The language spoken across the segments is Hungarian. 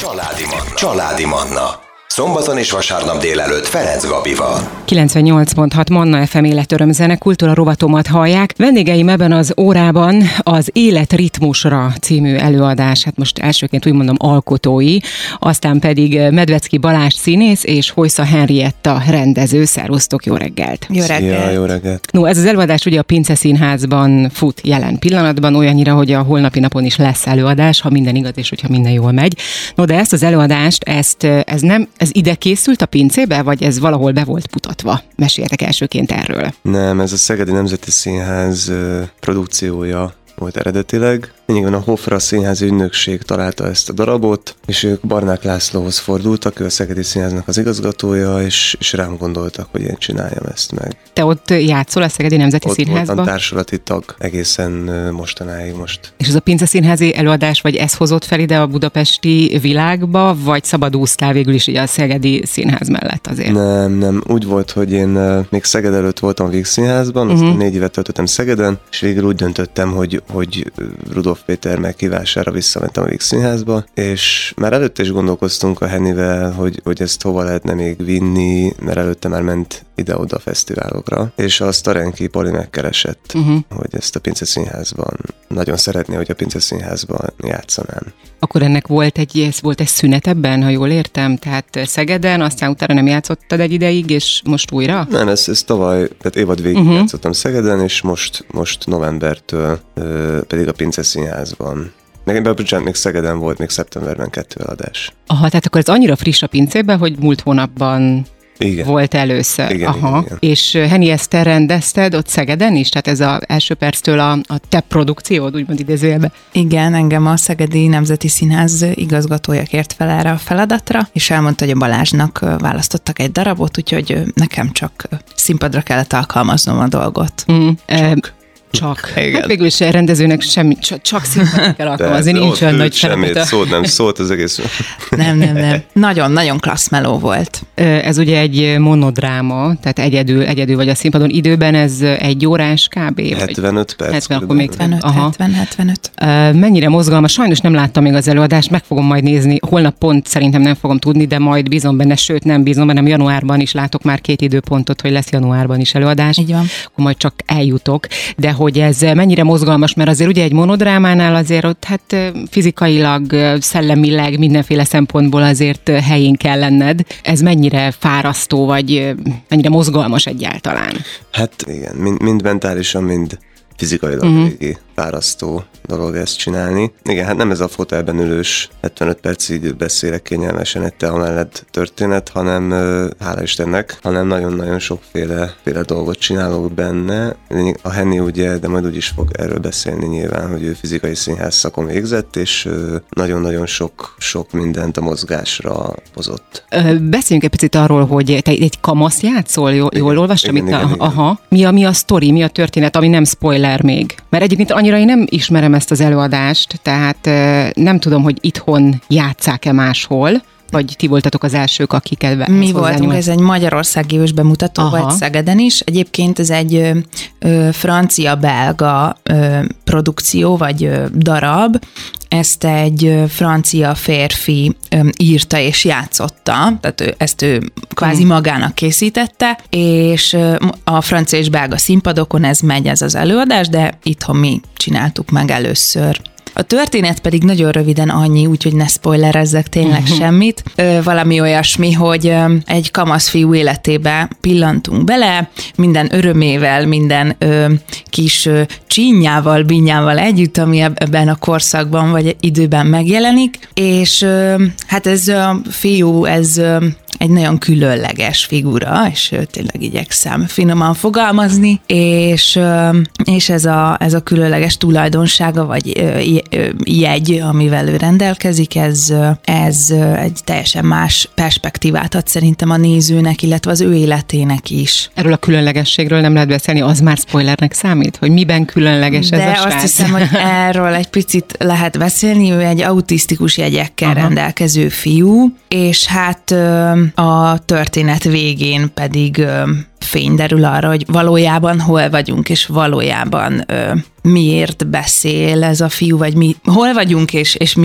Családi Manna. Szombaton és vasárnap délelőtt Ferenc Gabival. 98.6 Manna FM életörömzene kultúra rovatomat hallják. Vendégeim ebben az órában az Életritmusra című előadás, hát most elsőként úgy mondom alkotói, aztán pedig Medvecki Balázs színész és Hojsza Henrietta rendező. Szervusztok, jó reggelt! Jó reggelt! Szia, jó reggelt! No, ez az előadás ugye a Pince Színházban fut jelen pillanatban, olyannyira, hogy a holnapi napon is lesz előadás, ha minden igaz és hogyha minden jól megy. No, de ezt az előadást, ez ide készült a Pincébe, vagy ez valahol be volt mutatva? Meséljetek elsőként erről. Nem, ez a Szegedi Nemzeti Színház produkciója volt eredetileg. Lényegében a Hofra Színházi Ügynökség találta ezt a darabot, és ők Barnák Lászlóhoz fordultak, ő a Szegedi Színháznak az igazgatója, és rám gondoltak, hogy én csináljam ezt meg. Te ott játszol a Szegedi Nemzeti Színházban? Ott voltam társulati tag egészen mostanáig most. És ez a Pince Színházi előadás, vagy ez hozott fel ide a budapesti világba, vagy szabadúsztál végül is így a Szegedi Színház mellett azért? Nem. Úgy volt, hogy én még Szeged előtt voltam Víg Színházban, aztán 4 évet töltöttem Szegeden, és végül úgy döntöttem, hogy Rudolf Péter meghívására visszamentem a Víg Színházba, és már előtte is gondolkoztunk a Hennivel, hogy ezt hova lehetne még vinni, mert előtte már ment ide-oda fesztiválokra, és a Starenki Poli megkeresett, hogy ezt a Pince Színházban, nagyon szeretné, hogy a Pince Színházban játszanám. Akkor ennek volt egy szünet ebben, ha jól értem? Tehát Szegeden, aztán utána nem játszottad egy ideig, és most újra? Nem, ez tavaly, tehát évad végig játszottam Szegeden, és most novembertől pedig a Pince Színházban. Még Szegeden volt, még szeptemberben 2 adás. Aha, tehát akkor ez annyira friss a Pincében, hogy múlt hónapban igen. Volt először. Igen. És Henni, ezt te rendezted ott Szegeden is? Tehát ez az első perctől a te produkciód, úgymond idézőjelben? Igen, engem a Szegedi Nemzeti Színház igazgatója kért fel erre a feladatra, és elmondta, hogy a Balázsnak választottak egy darabot, úgyhogy nekem csak színpadra kellett alkalmaznom a dolgot. Csak. Hát végül is a rendezőnek semmi, csak színpadra kell alkalmazni, nincs olyan nagy semmit, szólt az egész. Nem. Nagyon klassz meló volt. Ez ugye egy monodráma, tehát egyedül vagy a színpadon. Időben ez 1 órás kb. 75 perc. 70, akkor még 75. Mennyire mozgalmas? Sajnos nem láttam még az előadást, meg fogom majd nézni. Holnap pont szerintem nem fogom tudni, de majd bízom benne, sőt nem bízom benne, januárban is látok már 2 időpontot, hogy lesz januárban is előadás. Így van. Akkor majd csak eljutok. De hogy ez mennyire mozgalmas, mert azért ugye egy monodrámánál azért ott hát fizikailag, szellemileg, mindenféle szempontból azért helyén kell lenned. Ez mennyire fárasztó, vagy mennyire mozgalmas egyáltalán? Hát igen, mind mentálisan, mind fizikailag régi fárasztó dolog ezt csinálni. Igen, hát nem ez a fotelben ülős 75 percig beszélek kényelmesen egy tea mellett történet, hanem hála Istennek, hanem nagyon-nagyon sokféle dolgot csinálok benne. A Henni ugye, de majd úgyis fog erről beszélni nyilván, hogy ő fizikai színház szakon végzett, és nagyon-nagyon sok mindent a mozgásra hozott. Beszéljünk egy picit arról, hogy te egy kamasz játszol, jól olvastam itt? Igen. Aha. Mi a sztori, mi a történet, ami nem spoiler még? Mert egyébként annyira én nem ismerem ezt az előadást, tehát nem tudom, hogy itthon játsszák-e máshol, vagy ti voltatok az elsők, akik Mi voltunk, ez egy magyarországi ősbemutató volt Szegeden is. Egyébként ez egy francia-belga produkció, vagy darab. Ezt egy francia férfi írta és játszotta, tehát ezt ő kvázi magának készítette, és a francia és belga színpadokon ez megy, ez az előadás, de itthon mi csináltuk meg először. A történet pedig nagyon röviden annyi, úgyhogy ne spoilerezzek tényleg semmit. Valami olyasmi, hogy egy kamasz fiú életébe pillantunk bele, minden örömével, minden kis csínyával, bínyával együtt, ami ebben a korszakban vagy időben megjelenik, és hát ez a fiú, ez egy nagyon különleges figura, és tényleg igyekszem finoman fogalmazni, és ez a különleges tulajdonsága, vagy jegy, amivel ő rendelkezik, ez egy teljesen más perspektívát ad szerintem a nézőnek, illetve az ő életének is. Erről a különlegességről nem lehet beszélni, az már spoilernek számít, hogy miben különleges ez a srác. De azt hiszem, hogy erről egy picit lehet beszélni, ő egy autisztikus jegyekkel rendelkező fiú, és hát a történet végén pedig fény derül arra, hogy valójában hol vagyunk, és valójában miért beszél ez a fiú, vagy hol vagyunk, és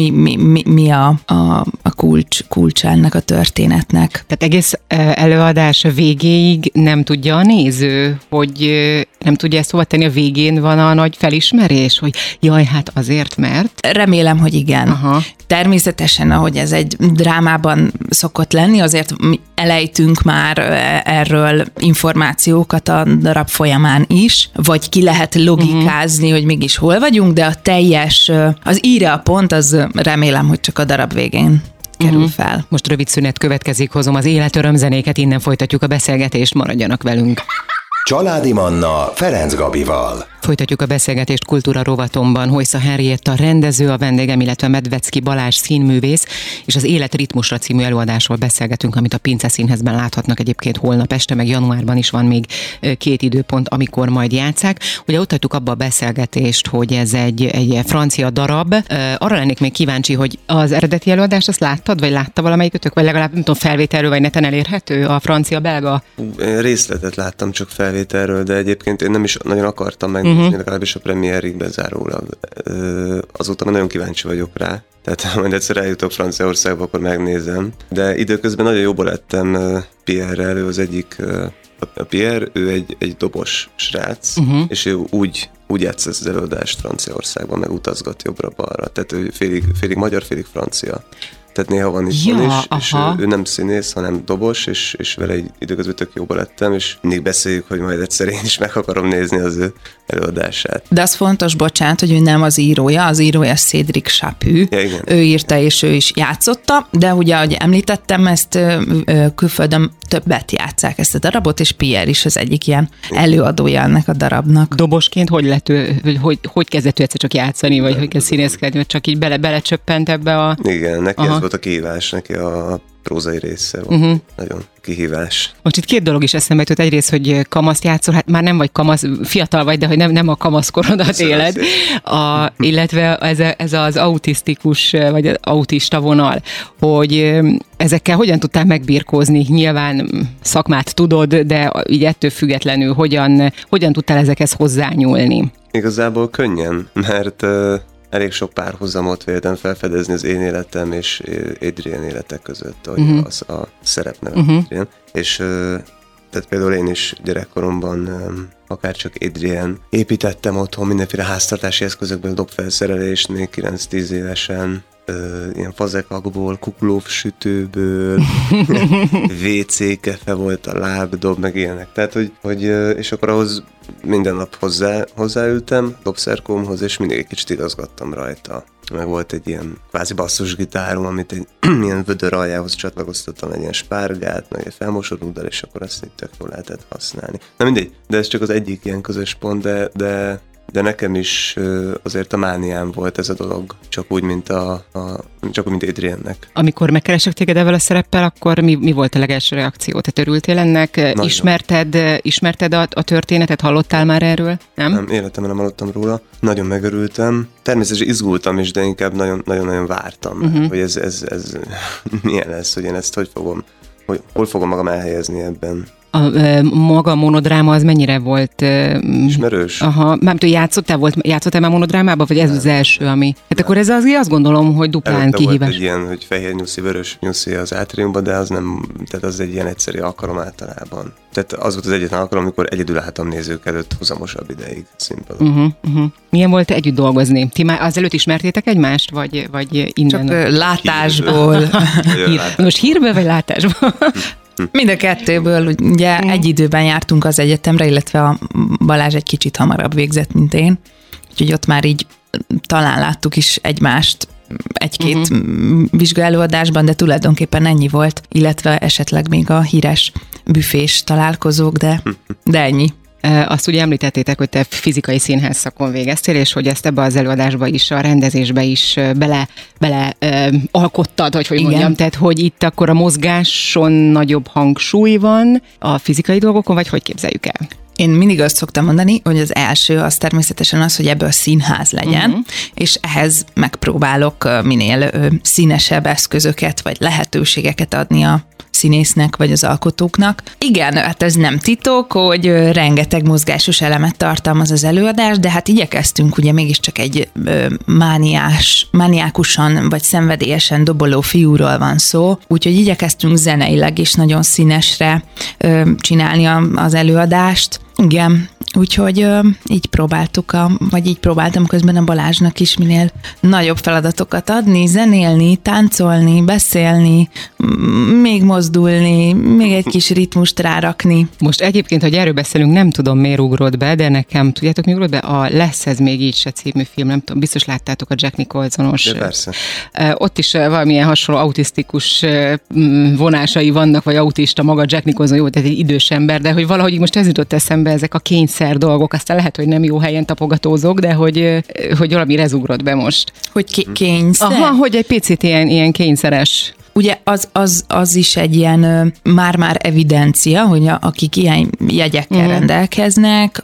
mi a kulcs ennek a történetnek. Tehát egész előadás végéig nem tudja a néző, hogy nem tudja ezt hova tenni, a végén van a nagy felismerés, hogy jaj, hát azért, mert... Remélem, hogy igen. Aha. Természetesen, ahogy ez egy drámában szokott lenni, azért mi elejtünk már erről információkat a darab folyamán is, vagy ki lehet logikázni, hogy mégis hol vagyunk, de a teljes, az íre a pont, az remélem, hogy csak a darab végén kerül fel. Most rövid szünet következik, hozom az életörömzenéket, innen folytatjuk a beszélgetést, maradjanak velünk. Családi Manna Ferenc Gabival. Folytatjuk a beszélgetést Kultúra rovatomban. Hojsza Henrietta rendező, a vendégem, illetve Medvecki Balázs színművész, és az Élet ritmusra című előadásról beszélgetünk, amit a Pince Színházban láthatnak egyébként holnap este, meg januárban is van még 2 időpont, amikor majd játsszák. Ugye ott hagytuk abba a beszélgetést, hogy ez egy francia darab. Arra lennék még kíváncsi, hogy az eredeti előadást azt láttad, vagy látta valamelyikötök, vagy legalább nem tudom, felvételről, vagy neten elérhető a francia-belga? Részletet láttam csak felvételről, de egyébként én nem is nagyon akartam megnézni, legalábbis a premiérig bezárólag. Azóta már nagyon kíváncsi vagyok rá. Tehát ha majd egyszer eljutok Franciaországba, akkor megnézem. De időközben nagyon jóba lettem Pierre-rel, ő az egyik... A Pierre, ő egy dobos srác, és ő úgy játszik az előadást Franciaországban, meg utazgat jobbra-balra. Tehát ő félig magyar, félig francia. Tehát néha van is, és ő nem színész, hanem dobos, és vele időközben tök jóba lettem, és mindig beszéljük, hogy majd egyszer én is meg akarom nézni az ő előadását. De az fontos, bocsánat, hogy ő nem az írója Cédric Chaput. Ja, igen. Ő írta, és ő is játszotta, de ugye, ahogy említettem, ezt külföldön többet játsszák ezt a darabot, és Pierre is az egyik ilyen előadója ennek a darabnak. Dobosként hogy lett ő, hogy kezdett ő egyszer csak játszani, vagy hogy kezd színészkedni, vagy csak így belecsöppent ebbe a... Igen, neki ez volt a kihívás, neki a prózai része volt. Nagyon kihívás. Most itt 2 dolog is eszembe jutott. Egyrészt, hogy kamaszt játszol, hát már nem vagy kamasz, fiatal vagy, de hogy nem a kamaszkorodat éled. Illetve ez az autisztikus, vagy az autista vonal, hogy ezekkel hogyan tudtál megbirkózni? Nyilván szakmát tudod, de így ettől függetlenül hogyan tudtál ezekhez hozzányúlni? Igazából könnyen, mert elég sok párhuzamot véltem felfedezni az én életem és Adrien életek között, ahogy az a szerepneve Adrien. És tehát például én is gyerekkoromban akár csak Adrien építettem otthon mindenféle háztartási eszközökből, dobfelszerelést még 9-10 évesen, ilyen fazekakból, kukulóv sütőből, WC kefe volt a lábdob, meg ilyenek. Tehát, hogy és akkor ahhoz minden nap hozzáültem dobszerkómhoz, és mindig egy kicsit igazgattam rajta. Meg volt egy ilyen kvázi basszusgitárom, amit egy ilyen vödör aljához csatlakoztattam egy ilyen spárgát, meg egy felmosódúddal, és akkor azt így tök jól lehetett használni. Na mindegy, de ez csak az egyik ilyen közös pont, de nekem is azért a mániám volt ez a dolog, csak úgy, mint mint Adriennek. Amikor megkeresek téged ezzel a szereppel, akkor mi volt a legelső reakció? Te örültél ennek? Nagyon. Ismerted a történetet? Hallottál már erről? Nem, életemben nem hallottam róla. Nagyon megörültem. Természetesen izgultam is, de inkább nagyon-nagyon vártam, hogy ez milyen lesz, hogy én ezt hol fogom magam elhelyezni ebben. A maga monodráma az mennyire volt... Ismerős? Aha, nem tudom, játszottál már monodrámában, vagy ez az első, ami... Hát akkor ez azt gondolom, hogy duplán előtte kihívás. Volt egy ilyen, hogy fehér nyuszi, vörös nyuszi az átriumban, de az nem, tehát az egy ilyen egyszerű alkalom általában. Tehát az volt az egyetlen alkalom, amikor egyedül álltam nézők előtt húzamosabb ideig színpadon. Milyen volt együtt dolgozni? Ti már azelőtt ismertétek egymást, vagy innen? Csak látásból. Most hírből, vagy látásból? Mind a kettőből, ugye egy időben jártunk az egyetemre, illetve a Balázs egy kicsit hamarabb végzett, mint én. Úgyhogy ott már így talán láttuk is egymást egy-két vizsgaelőadásban, de tulajdonképpen ennyi volt, illetve esetleg még a híres büfés találkozók, de ennyi. Azt ugye említettétek, hogy te fizikai színház szakon végeztél, és hogy ezt ebbe az előadásba is, a rendezésbe is bele alkottad, hogy mondjam, tehát hogy itt akkor a mozgáson nagyobb hangsúly van a fizikai dolgokon, vagy hogy képzeljük el? Én mindig azt szoktam mondani, hogy az első az természetesen az, hogy ebből színház legyen, és ehhez megpróbálok minél színesebb eszközöket, vagy lehetőségeket adni a színésznek, vagy az alkotóknak. Igen, hát ez nem titok, hogy rengeteg mozgásos elemet tartalmaz az előadás, de hát igyekeztünk, ugye mégiscsak egy mániákusan vagy szenvedélyesen doboló fiúról van szó, úgyhogy igyekeztünk zeneileg is nagyon színesre csinálni az előadást. Igen, úgyhogy így próbáltam közben a Balázsnak is minél nagyobb feladatokat adni, zenélni, táncolni, beszélni, még mozdulni, még egy kis ritmust rárakni. Most egyébként, hogy erről beszélünk, nem tudom, miért ugrott be, de nekem, tudjátok, mi ugrott be? A Lesz ez még így se című film, nem tudom, biztos láttátok a Jack Nicholsonos. De persze. Ott is valamilyen hasonló autisztikus vonásai vannak, vagy autista maga Jack Nicholson, jó, tehát egy idős ember, de hogy valahogy most ez jutott eszembe, ezek a kényszer dolgok, aztán lehet, hogy nem jó helyen tapogatózok, de hogy valami rezugrott be most. Hogy kényszer? Aha, hogy egy picit ilyen kényszeres. Ugye az is egy ilyen már evidencia, hogy akik ilyen jegyekkel rendelkeznek,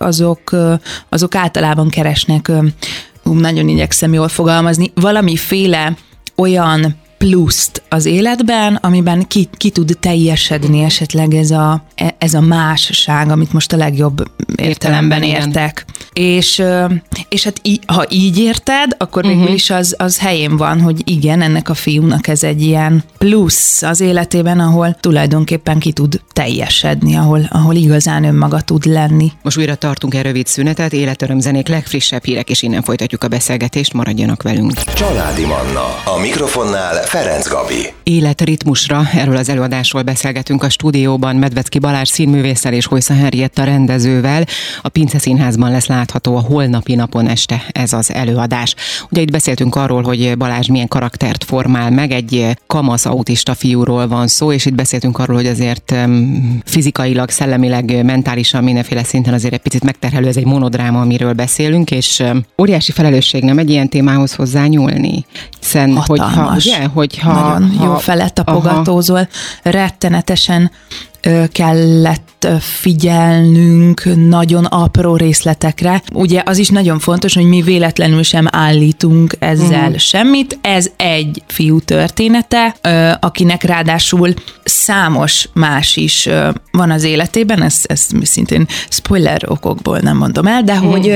azok általában keresnek, nagyon igyekszem jól fogalmazni, valamiféle olyan pluszt az életben, amiben ki tud teljesedni esetleg ez a másság, amit most a legjobb értelemben értek. És hát ha így érted, akkor végül is az helyén van, hogy igen, ennek a fiúnak ez egy ilyen plusz az életében, ahol tulajdonképpen ki tud teljesedni, ahol igazán önmaga tud lenni. Most újra tartunk egy rövid szünetet, életörömzenék legfrissebb hírek, és innen folytatjuk a beszélgetést, maradjanak velünk. Családi Manna. A mikrofonnál Ferenc Gabi. Életritmusra, erről az előadásról beszélgetünk a stúdióban Medvecki Balázs színművésszel és Hojsza Henrietta rendezővel. A Pince Színházban lesz látható a holnapi napon este ez az előadás. Ugye itt beszéltünk arról, hogy Balázs milyen karaktert formál meg, egy kamasz autista fiúról van szó, és itt beszéltünk arról, hogy azért fizikailag, szellemileg, mentálisan, mindenféle szinten azért egy picit megterhelő, ez egy monodráma, amiről beszélünk, és óriási felelősség nem egy ilyen témához hozzányúlni. Hiszen, hogyha nagyon jó fele tapogatózol, rettenetesen kellett figyelnünk nagyon apró részletekre. Ugye az is nagyon fontos, hogy mi véletlenül sem állítunk ezzel semmit. Ez egy fiú története, akinek ráadásul számos más is van az életében, ezt szintén spoiler okokból nem mondom el,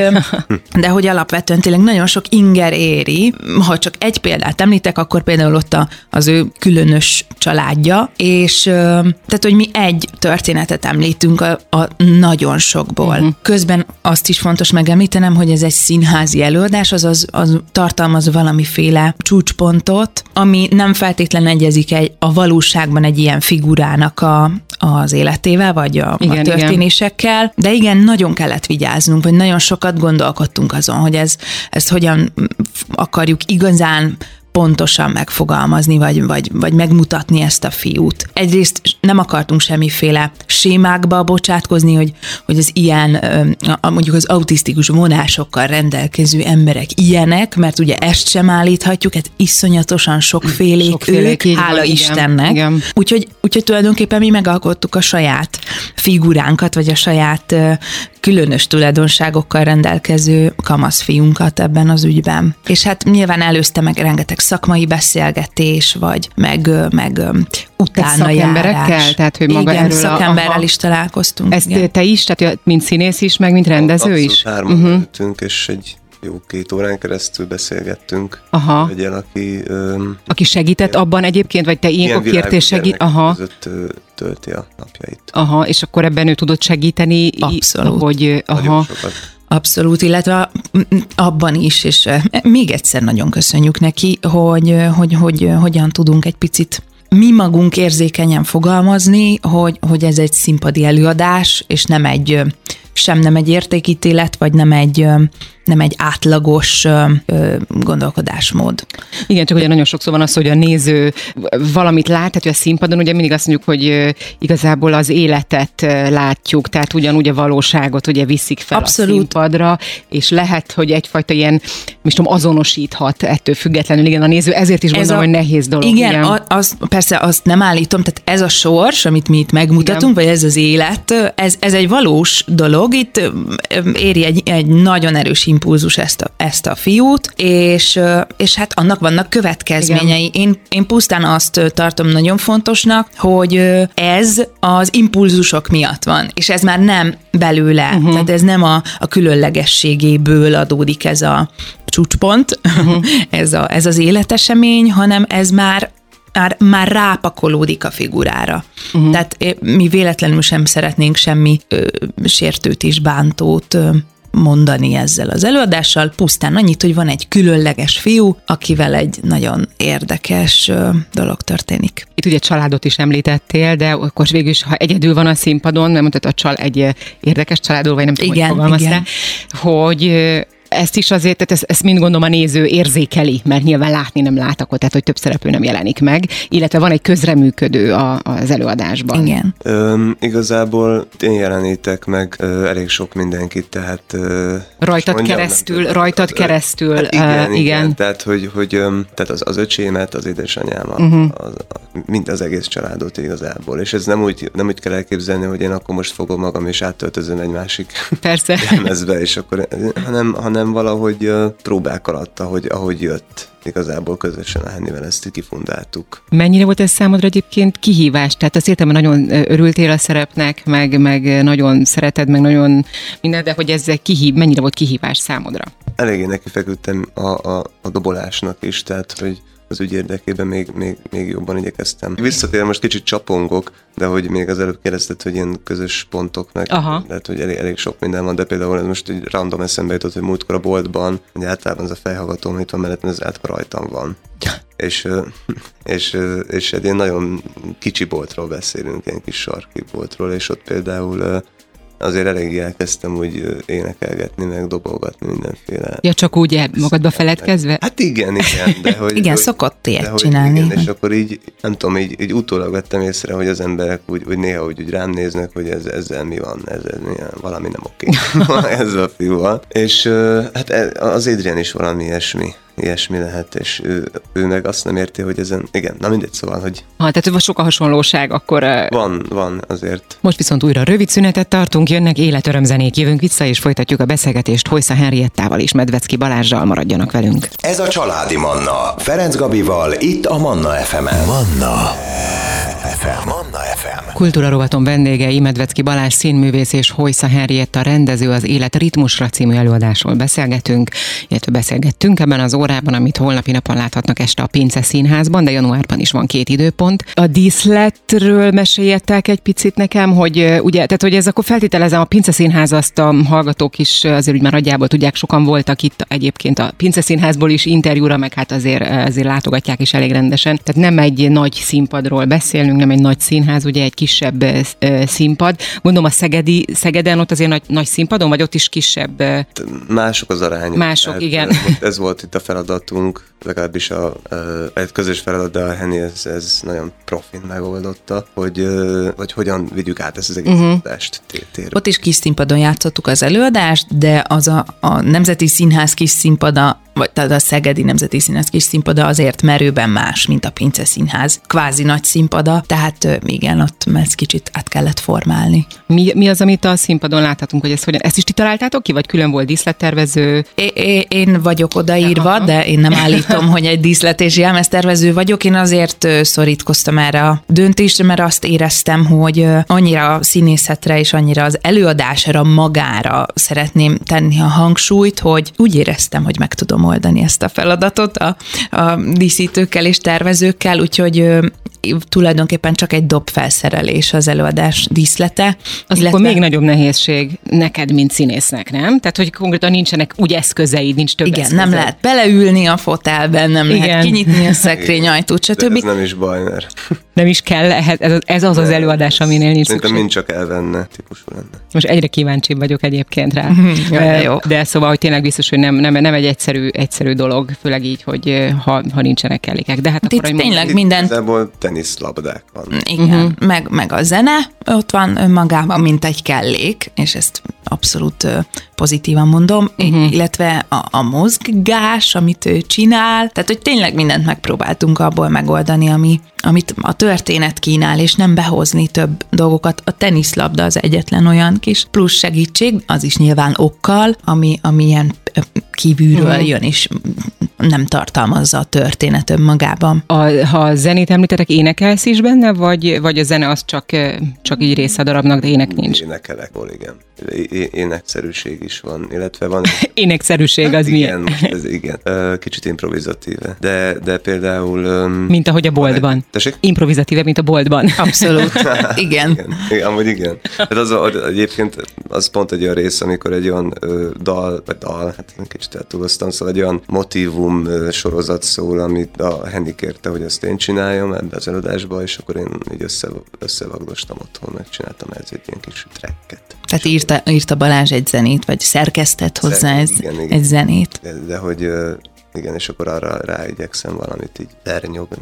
de hogy alapvetően tényleg nagyon sok inger éri. Ha csak egy példát említek, akkor például ott az ő különös családja, és tehát, hogy mi egy történetet említünk a nagyon sokból. Közben azt is fontos megemlítenem, hogy ez egy színházi előadás, az tartalmaz valamiféle csúcspontot, ami nem feltétlenül egyezik a valóságban egy ilyen figurának az életével, vagy a történésekkel, de igen, nagyon kellett vigyáznunk, vagy nagyon sokat gondolkodtunk azon, hogy ezt hogyan akarjuk igazán pontosan megfogalmazni, vagy megmutatni ezt a fiút. Egyrészt nem akartunk semmiféle sémákba bocsátkozni, hogy az ilyen, mondjuk az autisztikus vonásokkal rendelkező emberek ilyenek, mert ugye ezt sem állíthatjuk, hát iszonyatosan sokfélék ők, hála Istennek. Igen. Úgyhogy tulajdonképpen mi megalkottuk a saját figuránkat, vagy a saját különös tulajdonságokkal rendelkező kamaszfiunkat ebben az ügyben. És hát nyilván előzte meg rengeteg szakmai beszélgetés, vagy meg utána járás. Tehát, hogy maga igen, szakemberrel is találkoztunk. Ezt te is, tehát mint színész is, meg mint rendező is? Abszolút hárman ültünk, és egy jó 2 órán keresztül beszélgettünk. Aha. Egyen, aki segített abban egyébként, vagy te ilyenkor kértél segít? Aha. Között tölti a napjait. Aha, és akkor ebben ő tudott segíteni? Abszolút. Hogy, nagyon sokat. Abszolút, illetve abban is, és még egyszer nagyon köszönjük neki, hogy hogyan tudunk egy picit mi magunk érzékenyen fogalmazni, hogy ez egy színpadi előadás, és nem egy értékítélet, vagy nem egy átlagos gondolkodásmód. Igen, csak ugye nagyon sokszor van az, hogy a néző valamit lát, tehát hogy a színpadon ugye mindig azt mondjuk, hogy igazából az életet látjuk, tehát ugyanúgy a valóságot ugye viszik fel abszolút. A színpadra, és lehet, hogy egyfajta ilyen, azonosíthat ettől függetlenül, igen, a néző, ezért is gondolom, hogy nehéz dolog. Igen, persze azt nem állítom, tehát ez a sors, amit mi itt megmutatunk, igen. Vagy ez az élet, ez egy valós dolog, itt éri egy nagyon erős impulzus ezt a fiút, és hát annak vannak következményei. Én pusztán azt tartom nagyon fontosnak, hogy ez az impulzusok miatt van, és ez már nem belőle, tehát ez nem a különlegességéből adódik ez a csúcspont, ez az életesemény, hanem ez már rápakolódik a figurára. Tehát mi véletlenül sem szeretnénk semmi sértőt és bántót mondani ezzel az előadással, pusztán annyit, hogy van egy különleges fiú, akivel egy nagyon érdekes dolog történik. Itt ugye családot is említettél, de akkor végül is, ha egyedül van a színpadon, mert mondtad, egy érdekes családról, vagy nem tudom, hogy fogalmaztál, hogy ezt is azért, tehát ezt mind gondolom a néző érzékeli, mert nyilván látni nem lát, akkor tehát, hogy több szereplő nem jelenik meg, illetve van egy közreműködő az előadásban. Igen. Igazából én jelenítek meg elég sok mindenkit, tehát... Rajtad keresztül. Hát igen. Tehát, tehát az öcsémet, az édesanyámat, mind az egész családot igazából. És ez nem úgy kell elképzelni, hogy én akkor most fogom magam és áttöltözöm egy másik lemezbe, és akkor, hanem valahogy próbák alatt, ahogy jött. Igazából közösen a Hennivel ezt kifundáltuk. Mennyire volt ez számodra egyébként kihívás? Tehát azt értem, hogy nagyon örültél a szerepnek, meg nagyon szereted, meg nagyon minden, de hogy ez mennyire volt kihívás számodra? Eléggé nekifeküdtem a dobolásnak is, tehát hogy az ügy érdekében még jobban igyekeztem. Visszatérve most kicsit csapongok, de hogy még az előbb kérdezted, hogy ilyen közös pontok meg, tehát hogy elég sok minden van, de például ez most egy random eszembe jutott, hogy múltkor a boltban, hogy általában ez a fejhallgató, amit van mellettem, ez általában rajtam van. És egy ilyen nagyon kicsi boltról beszélünk, ilyen kis sarki boltról, és ott például azért eléggé elkezdtem úgy énekelgetni, meg dobolgatni mindenféle. Ja, csak úgy magadba feledkezve? Hát igen, de hogy... Igen, szokott ilyet csinálni. Igen, és akkor így, nem tudom, így utólag vettem észre, hogy az emberek úgy néha úgy rám néznek, hogy ezzel mi van, valami nem oké. Ezzel a fiúval. És hát az Adrian is valami ilyesmi lehet, és ő meg azt nem érti, hogy ezen, igen, na mindegy, szóval, hogy... Tehát sok a hasonlóság, akkor... Van azért. Most viszont újra rövid szünetet tartunk, jönnek életörömzenék, jövünk vissza, és folytatjuk a beszélgetést Hojsza Henriettával és Medvecki Balázssal, maradjanak velünk. Ez a Családi Manna, Ferenc Gabival, itt a Manna FM-en. Manna FM. Kultúra rovaton vendégei Medvecki Balázs színművész és Hojsza Henrietta rendező, az Élet ritmusra című előadásról beszélgetünk, illetve beszélgettünk ebben az órában, amit holnapi napon láthatnak este a Pince Színházban, de januárban is van 2 időpont. A díszletről meséljetek egy picit nekem, hogy ugye, tehát hogy ez akkor feltételezem a Pince Színház, azt a hallgatók is azért úgy már nagyjából tudják, sokan voltak itt egyébként a Pince Színházból is interjúra, meg hát azért látogatják is elég rendesen. Tehát nem egy nagy színpadról beszélünk, nem egy nagy színház, ugye egy kisebb színpad. Gondolom Szegeden ott azért nagy színpadon, vagy ott is kisebb? Mások az arányok. Mások, igen. Ez volt itt a feladatunk, legalábbis egy közös feladat, de a Henny ez nagyon profin megoldotta, hogy hogyan vigyük át ezt az egész adást térre. Ott is kis színpadon játszottuk az előadást, de az a Nemzeti Színház kis színpada, vagy tehát a Szegedi Nemzeti Színház kis színpada azért merőben más, mint a Pince Színház. Kvázi nagy színpada, tehát igen, ott ezt kicsit át kellett formálni. Mi az, amit a színpadon láthatunk, hogy ezt is ti találtátok ki, vagy külön volt díszlettervező? Én vagyok odaírva, de én nem állítom, hogy egy díszlet és jelmeztervező vagyok. Én azért szorítkoztam erre a döntésre, mert azt éreztem, hogy annyira a színészetre és annyira az előadásra magára szeretném tenni a hangsúlyt, hogy úgy éreztem, hogy meg tudom oldani ezt a feladatot a díszítőkkel és tervezőkkel, úgyhogy tulajdonképpen csak egy dobfelszerelés az előadás díszlete. Az akkor még nagyobb nehézség neked, mint színésznek, nem? Tehát, hogy konkrétan nincsenek úgy eszközeid, nincs több eszközed. Nem lehet beleülni a fotelben, nem lehet kinyitni a szekrényajtót, stb. Ez nem is baj, mert... Nem is kell, ez az előadás, aminél nincs szükség. Mind csak elvenne típusú lenne. Most egyre kíváncsibb vagyok egyébként rá. De szóval, hogy tényleg biztos, hogy nem egy egyszerű dolog, főleg így, hogy ha nincsenek kellékek. De hát itt akkor, tényleg mindent... teniszlabdák van. Igen, meg a zene ott van önmagában, mint egy kellék, és ezt abszolút pozitívan mondom, illetve a mozgás, amit ő csinál, tehát hogy tényleg mindent megpróbáltunk abból megoldani, amit a történet kínál, és nem behozni több dolgokat. A teniszlabda az egyetlen olyan kis plusz segítség, az is nyilván okkal, ami ilyen kívülről jön, és nem tartalmazza a történet önmagában. Ha a zenét említetek, énekelsz is benne, vagy a zene az csak így része a darabnak, de ének nincs? Énekelek, igen. Énekszerűség is van, illetve van... Énekszerűség az igen, milyen? ez igen. Kicsit improvizatíve. De például... Mint ahogy a boltban. Tessék? Improvizatíve, mint a boltban. Abszolút. Igen. Igen, amúgy igen. Hát egyébként az pont egy olyan rész, amikor egy olyan dal, hát kicsit eltúloztam, szóval egy olyan motívum sorozat szól, amit a Henny kérte, hogy azt én csináljam ebbe az előadásba, és akkor én így összevagdostam otthon, megcsináltam ez egy ilyen kis tracket. Tehát írta Balázs egy zenét, vagy szerkesztett hozzá egy zenét. De hogy igen, és akkor arra ráigyekszem valamit így vernyogni.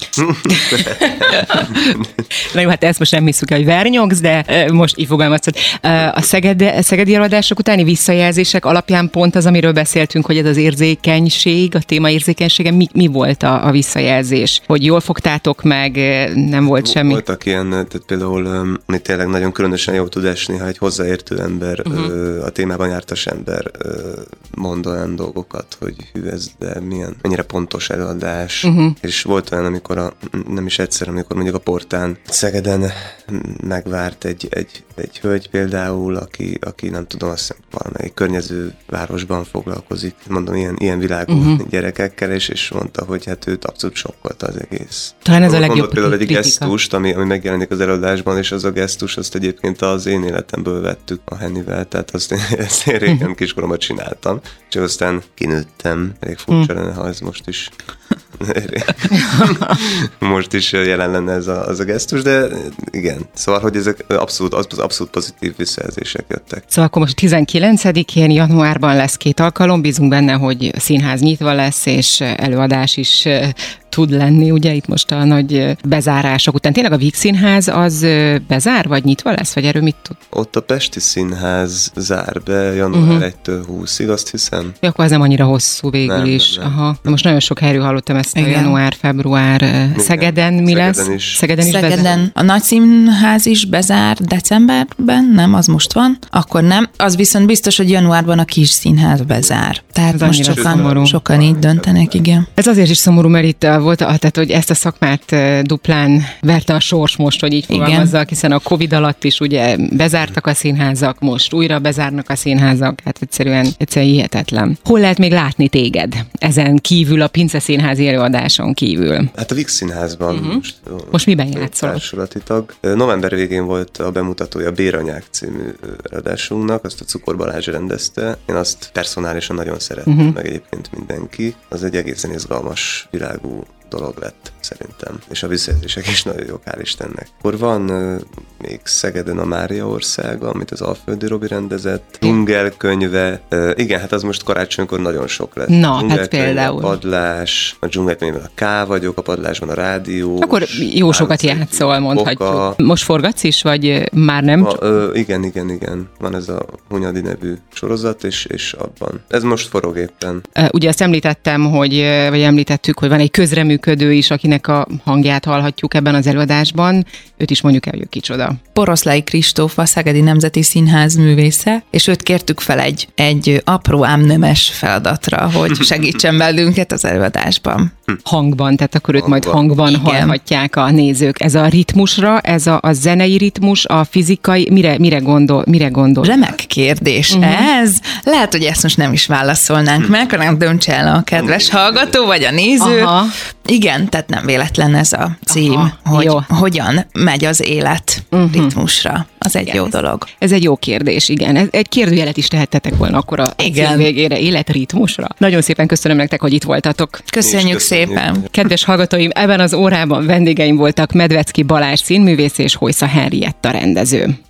Na jó, hát ezt most nem hiszük, hogy vernyogsz, de most így fogalmaztad. A szegedi előadások utáni visszajelzések alapján pont az, amiről beszéltünk, hogy ez az érzékenység, a téma érzékenysége, mi volt a visszajelzés? Hogy jól fogtátok meg, nem volt semmi? Voltak ilyen, tehát például ami tényleg nagyon különösen jól tud esni, ha egy hozzáértő ember, a témában jártas ember mond olyan dolgokat, hogy hű, ez de mennyire pontos előadás, és volt olyan, amikor nem is egyszer, amikor mondjuk a Portán Szegeden megvárt egy hölgy például, aki nem tudom, azt hiszem valamelyik környező városban foglalkozik, mondom, ilyen világú gyerekekkel, és mondta, hogy hát őt abszolút sokkolta az egész. Talán ez a legjobb mondott például egy kritika. gesztust, ami megjelenik az előadásban, és az a gesztus, azt egyébként az én életemből vettük a Hennivel, tehát ezt én régen kiskoromban csináltam, és aztán kinőttem, elég furcsa lenne, ha ez most is jelen lenne az a gesztus, de igen. Szóval, hogy ezek abszolút pozitív visszajelzések jöttek. Szóval akkor most 19-én januárban lesz 2 alkalom, bízunk benne, hogy a színház nyitva lesz, és előadás is tud lenni, ugye itt most a nagy bezárások után. Tényleg a Víg Színház az bezár, vagy nyitva lesz, vagy erről mit tud? Ott a Pesti Színház zár be január 1-től 20-ig, azt hiszem. Ja, akkor ez nem annyira hosszú végül is. Nem. Aha. De most nagyon sok helyről hallottam ezt a január, február. Szegeden mi lesz? Szegeden is bezár? A Nagy Színház is bezár decemberben, nem, az most van. Akkor nem. Az viszont biztos, hogy januárban a Kis Színház bezár. Tehát ez most sokan így döntenek, igen. Ez azért is szomorú, mert itt volt, tehát, hogy ezt a szakmát duplán verte a sors most, hogy így fogalmazzak, hiszen a Covid alatt is ugye bezártak a színházak, most újra bezárnak a színházak, hát egyszerűen hihetetlen. Hol lehet még látni téged ezen kívül, a Pince Színházi előadáson kívül? Hát a Víg Színházban most miben játszol? Társulati tag. November végén volt a bemutatója a Béranyák című előadásunknak, azt a Cukor Balázs rendezte. Én azt personálisan nagyon szerettem, meg egyébként mindenki. Az egy egészen izgalmas világú dolog lett, szerintem. És a visszajelzések is nagyon jók, hál' Istennek. Akkor van még Szegeden a Mária országa, amit az Alföldi Robi rendezett. Dzsungel könyve. Igen, hát az most karácsonykor nagyon sok lett. Na, hát például. A Padlás, a Dzsungelkönyvben a K vagyok, a Padlásban a rádió. Akkor jó sokat játszol, mondhatjuk. Most forgatsz is, vagy már nem? Igen. Van ez a Hunyadi nevű sorozat, és abban. Ez most forog éppen. Ugye azt említettem, vagy említettük, hogy van egy közreműködő is, akinek a hangját hallhatjuk ebben az előadásban. Őt is mondjuk el, hogy ő kicsoda. Poroszlai Kristóf, a Szegedi Nemzeti Színház művésze, és őt kértük fel egy apró ám nemes feladatra, hogy segítsen bennünket az előadásban. Hangban, tehát akkor őt majd hangban hallhatják a nézők. Ez a ritmusra, ez a zenei ritmus, a fizikai, mire gondol? Remek kérdés ez. Lehet, hogy ezt most nem is válaszolnánk meg, hanem döntse el a kedves hallgató, vagy a néző. Aha. Igen, tehát nem véletlen ez a cím, hogy hogyan megy az élet ritmusra. Az egy jó dolog. Ez egy jó kérdés, igen. Egy kérdőjelet is tehettetek volna akkor a cím végére, életritmusra. Nagyon szépen köszönöm nektek, hogy itt voltatok. Köszönjük szépen. Kedves hallgatóim, ebben az órában vendégeim voltak Medvecki Balázs színművész és Hojsza Henrietta rendező.